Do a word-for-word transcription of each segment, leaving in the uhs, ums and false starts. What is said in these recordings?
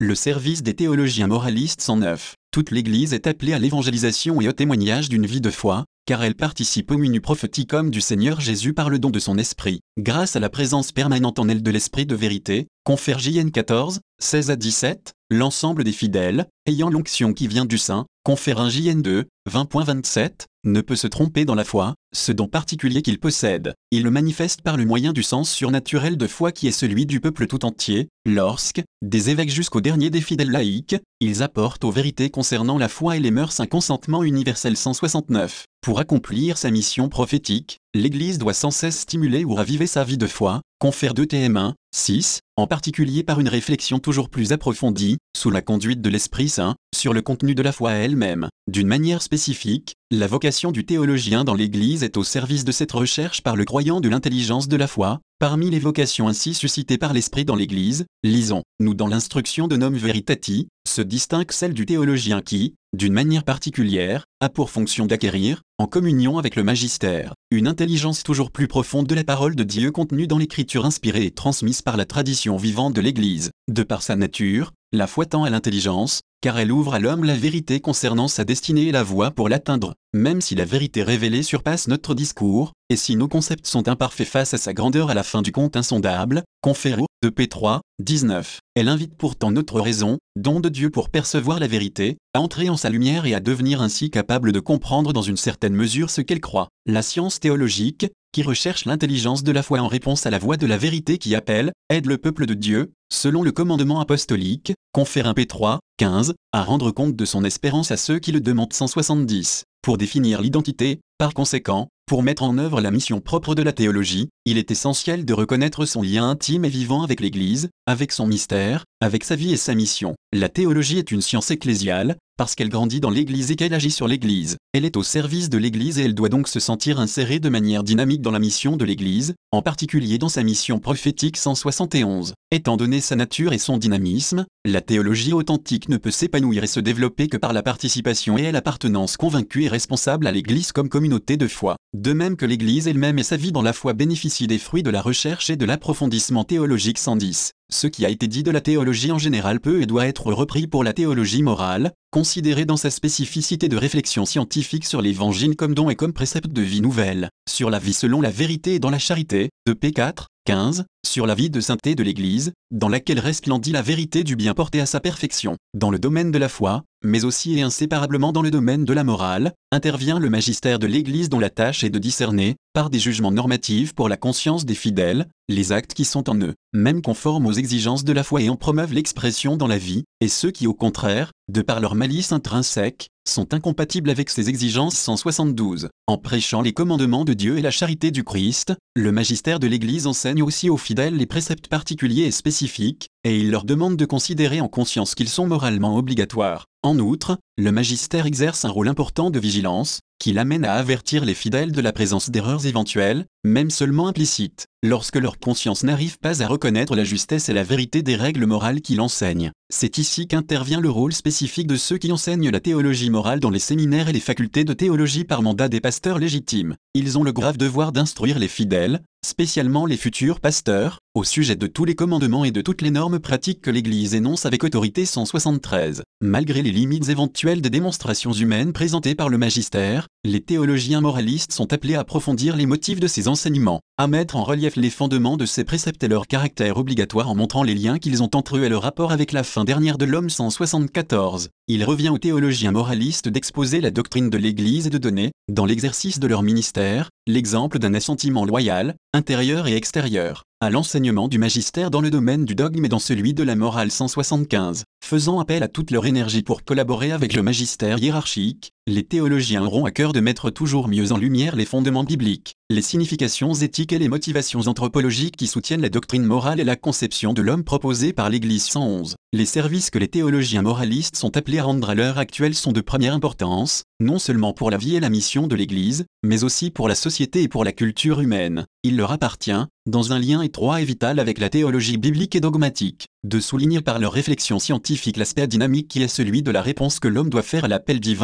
Le service des théologiens moralistes cent neuf. Toute l'Église est appelée à l'évangélisation et au témoignage d'une vie de foi, car elle participe au menu prophétique homme du Seigneur Jésus par le don de son Esprit. Grâce à la présence permanente en elle de l'Esprit de vérité, confère J N quatorze, seize à dix-sept, l'ensemble des fidèles, ayant l'onction qui vient du Saint, confère un J N deux, vingt vingt-sept, ne peut se tromper dans la foi, ce don particulier qu'il possède. Il le manifeste par le moyen du sens surnaturel de foi qui est celui du peuple tout entier, lorsque, des évêques jusqu'au dernier des fidèles laïcs, ils apportent aux vérités concernant la foi et les mœurs un consentement universel cent soixante-neuf. Pour accomplir sa mission prophétique, l'Église doit sans cesse stimuler ou raviver sa vie de foi, confère deux T M un, six, en particulier par une réflexion toujours plus approfondie, sous la conduite de l'Esprit Saint, sur le contenu de la foi elle-même. D'une manière spécifique, la vocation du théologien dans l'Église est au service de cette recherche par le croyant de l'intelligence de la foi. Parmi les vocations ainsi suscitées par l'Esprit dans l'Église, lisons, nous dans l'instruction de Nom Veritati, se distingue celle du théologien qui, d'une manière particulière, a pour fonction d'acquérir, en communion avec le magistère, une intelligence toujours plus profonde de la parole de Dieu contenue dans l'écriture inspirée et transmise par la tradition vivante de l'Église. De par sa nature, la foi tend à l'intelligence, car elle ouvre à l'homme la vérité concernant sa destinée et la voie pour l'atteindre. Même si la vérité révélée surpasse notre discours, et si nos concepts sont imparfaits face à sa grandeur à la fin du compte insondable, confère au deux P trois, dix-neuf. Elle invite pourtant notre raison, don de Dieu pour percevoir la vérité, à entrer en sa lumière et à devenir ainsi capable de comprendre dans une certaine mesure ce qu'elle croit. La science théologique, qui recherche l'intelligence de la foi en réponse à la voix de la vérité qui appelle, aide le peuple de Dieu, selon le commandement apostolique, confère un P trois, quinze, à rendre compte de son espérance à ceux qui le demandent cent soixante-dix. Pour définir l'identité, par conséquent, pour mettre en œuvre la mission propre de la théologie, il est essentiel de reconnaître son lien intime et vivant avec l'Église, avec son mystère, avec sa vie et sa mission. La théologie est une science ecclésiale, parce qu'elle grandit dans l'Église et qu'elle agit sur l'Église. Elle est au service de l'Église et elle doit donc se sentir insérée de manière dynamique dans la mission de l'Église, en particulier dans sa mission prophétique cent soixante et onze. Étant donné sa nature et son dynamisme, la théologie authentique ne peut s'épanouir et se développer que par la participation et l'appartenance convaincue et responsable à l'Église comme communauté de foi. De même que l'Église elle-même et sa vie dans la foi bénéficient des fruits de la recherche et de l'approfondissement théologique cent dix. Ce qui a été dit de la théologie en général peut et doit être repris pour la théologie morale, considérée dans sa spécificité de réflexion scientifique sur l'Évangile comme don et comme précepte de vie nouvelle, sur la vie selon la vérité et dans la charité, de P quatre, quinze, sur la vie de sainteté de l'Église, dans laquelle resplendit la vérité du bien porté à sa perfection. Dans le domaine de la foi, mais aussi et inséparablement dans le domaine de la morale, intervient le magistère de l'Église dont la tâche est de discerner, par des jugements normatifs pour la conscience des fidèles, les actes qui sont en eux, même conformes aux exigences de la foi et en promeuvent l'expression dans la vie, et ceux qui au contraire, de par leur malice intrinsèque, sont incompatibles avec ces exigences cent soixante-douze. En prêchant les commandements de Dieu et la charité du Christ, le magistère de l'Église enseigne aussi aux fidèles les préceptes particuliers et spécifiques, et il leur demande de considérer en conscience qu'ils sont moralement obligatoires. En outre, le magistère exerce un rôle important de vigilance, qui l'amène à avertir les fidèles de la présence d'erreurs éventuelles, même seulement implicites, lorsque leur conscience n'arrive pas à reconnaître la justesse et la vérité des règles morales qu'il enseigne. C'est ici qu'intervient le rôle spécifique de ceux qui enseignent la théologie morale dans les séminaires et les facultés de théologie par mandat des pasteurs légitimes. Ils ont le grave devoir d'instruire les fidèles, spécialement les futurs pasteurs, au sujet de tous les commandements et de toutes les normes pratiques que l'Église énonce avec autorité cent soixante-treize. Malgré les limites éventuelles des démonstrations humaines présentées par le magistère, les théologiens moralistes sont appelés à approfondir les motifs de ces enseignements, à mettre en relief les fondements de ces préceptes et leur caractère obligatoire en montrant les liens qu'ils ont entre eux et le rapport avec la fin dernière de l'homme cent soixante-quatorze. Il revient aux théologiens moralistes d'exposer la doctrine de l'Église et de donner, dans l'exercice de leur ministère, l'exemple d'un assentiment loyal, intérieur et extérieur, à l'enseignement du magistère dans le domaine du dogme et dans celui de la morale cent soixante-quinze. Faisant appel à toute leur énergie pour collaborer avec le magistère hiérarchique, les théologiens auront à cœur de mettre toujours mieux en lumière les fondements bibliques, les significations éthiques et les motivations anthropologiques qui soutiennent la doctrine morale et la conception de l'homme proposée par l'Église cent onze. Les services que les théologiens moralistes sont appelés à rendre à l'heure actuelle sont de première importance, non seulement pour la vie et la mission de l'Église, mais aussi pour la société et pour la culture humaine. Il leur appartient, dans un lien étroit et vital avec la théologie biblique et dogmatique, de souligner par leur réflexion scientifique l'aspect dynamique qui est celui de la réponse que l'homme doit faire à l'appel divin en progression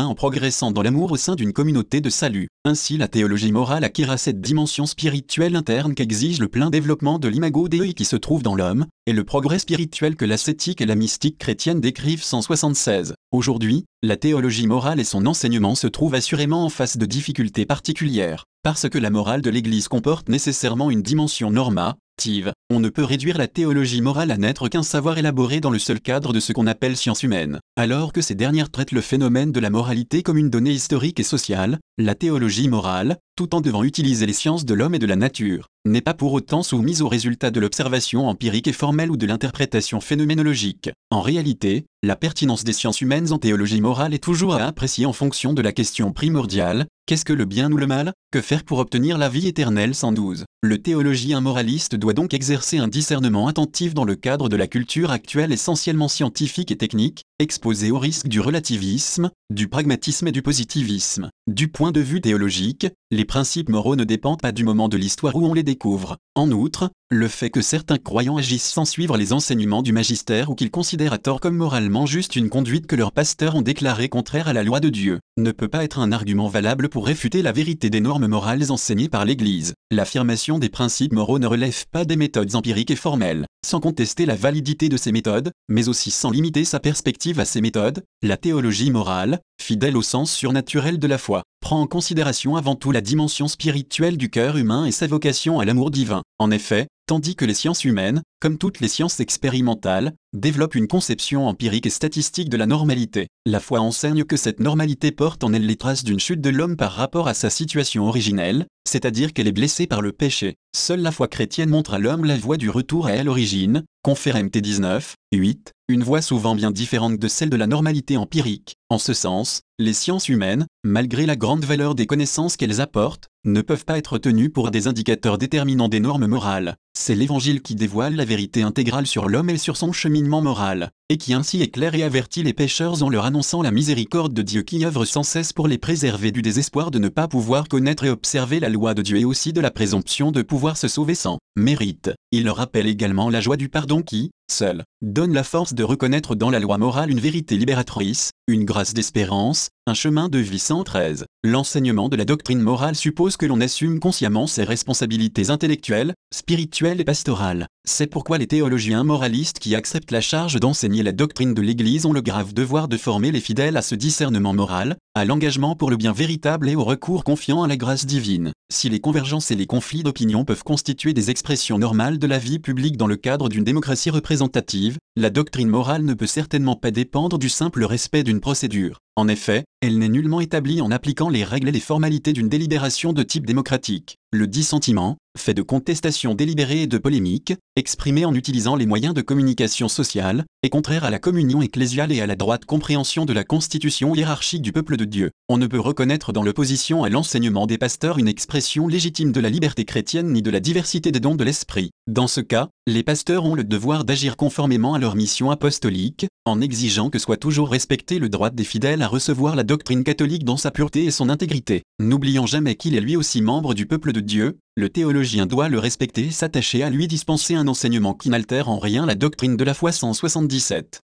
progressant dans l'amour au sein d'une communauté de salut. Ainsi la théologie morale acquéra cette dimension spirituelle interne qu'exige le plein développement de l'imago Dei qui se trouve dans l'homme, et le progrès spirituel que l'ascétique et la mystique chrétienne décrivent cent soixante-seize. Aujourd'hui, la théologie morale et son enseignement se trouvent assurément en face de difficultés particulières, parce que la morale de l'Église comporte nécessairement une dimension normative. On ne peut réduire la théologie morale à n'être qu'un savoir élaboré dans le seul cadre de ce qu'on appelle sciences humaines. Alors que ces dernières traitent le phénomène de la moralité comme une donnée historique et sociale, la théologie morale, tout en devant utiliser les sciences de l'homme et de la nature, n'est pas pour autant soumise aux résultats de l'observation empirique et formelle ou de l'interprétation phénoménologique. En réalité, la pertinence des sciences humaines en théologie morale est toujours à apprécier en fonction de la question primordiale: qu'est-ce que le bien ou le mal? Que faire pour obtenir la vie éternelle? cent douze. Le théologien moraliste doit donc exercer un discernement attentif dans le cadre de la culture actuelle essentiellement scientifique et technique, exposé au risque du relativisme, du pragmatisme et du positivisme. Du point de vue théologique, les principes moraux ne dépendent pas du moment de l'histoire où on les découvre. En outre, le fait que certains croyants agissent sans suivre les enseignements du magistère ou qu'ils considèrent à tort comme moralement juste une conduite que leurs pasteurs ont déclarée contraire à la loi de Dieu, ne peut pas être un argument valable pour réfuter la vérité des normes morales enseignées par l'Église. L'affirmation des principes moraux ne relève pas des méthodes empiriques et formelles. Sans contester la validité de ces méthodes, mais aussi sans limiter sa perspective à ces méthodes, la théologie morale, fidèle au sens surnaturel de la foi, prend en considération avant tout la dimension spirituelle du cœur humain et sa vocation à l'amour divin. En effet, tandis que les sciences humaines, comme toutes les sciences expérimentales, développent une conception empirique et statistique de la normalité, la foi enseigne que cette normalité porte en elle les traces d'une chute de l'homme par rapport à sa situation originelle, c'est-à-dire qu'elle est blessée par le péché. Seule la foi chrétienne montre à l'homme la voie du retour à l'origine, confère M T dix-neuf, huit, une voie souvent bien différente de celle de la normalité empirique. En ce sens, les sciences humaines, malgré la grande valeur des connaissances qu'elles apportent, ne peuvent pas être tenues pour des indicateurs déterminants des normes morales. C'est l'Évangile qui dévoile la vérité intégrale sur l'homme et sur son cheminement moral, et qui ainsi éclaire et avertit les pécheurs en leur annonçant la miséricorde de Dieu qui œuvre sans cesse pour les préserver du désespoir de ne pas pouvoir connaître et observer la loi de Dieu et aussi de la présomption de pouvoir se sauver sans mérite. Il leur rappelle également la joie du pardon qui, seul, donne la force de reconnaître dans la loi morale une vérité libératrice, une grâce d'espérance, un chemin de vie. cent treize. L'enseignement de la doctrine morale suppose que l'on assume consciemment ses responsabilités intellectuelles, spirituelles et pastorales. C'est pourquoi les théologiens moralistes qui acceptent la charge d'enseigner la doctrine de l'Église ont le grave devoir de former les fidèles à ce discernement moral, à l'engagement pour le bien véritable et au recours confiant à la grâce divine. Si les convergences et les conflits d'opinion peuvent constituer des expressions normales de la vie publique dans le cadre d'une démocratie représentative, la doctrine morale ne peut certainement pas dépendre du simple respect d'une procédure. En effet, elle n'est nullement établie en appliquant les règles et les formalités d'une délibération de type démocratique. Le dissentiment, fait de contestation délibérée et de polémique, exprimé en utilisant les moyens de communication sociale, est contraire à la communion ecclésiale et à la droite compréhension de la constitution hiérarchique du peuple de Dieu. On ne peut reconnaître dans l'opposition à l'enseignement des pasteurs une expression légitime de la liberté chrétienne ni de la diversité des dons de l'esprit. Dans ce cas, les pasteurs ont le devoir d'agir conformément à leur mission apostolique, en exigeant que soit toujours respecté le droit des fidèles à recevoir la doctrine catholique dans sa pureté et son intégrité. N'oublions jamais qu'il est lui aussi membre du peuple de Dieu, le théologien doit le respecter et s'attacher à lui dispenser un enseignement qui n'altère en rien la doctrine de la foi. cent soixante-dix-sept.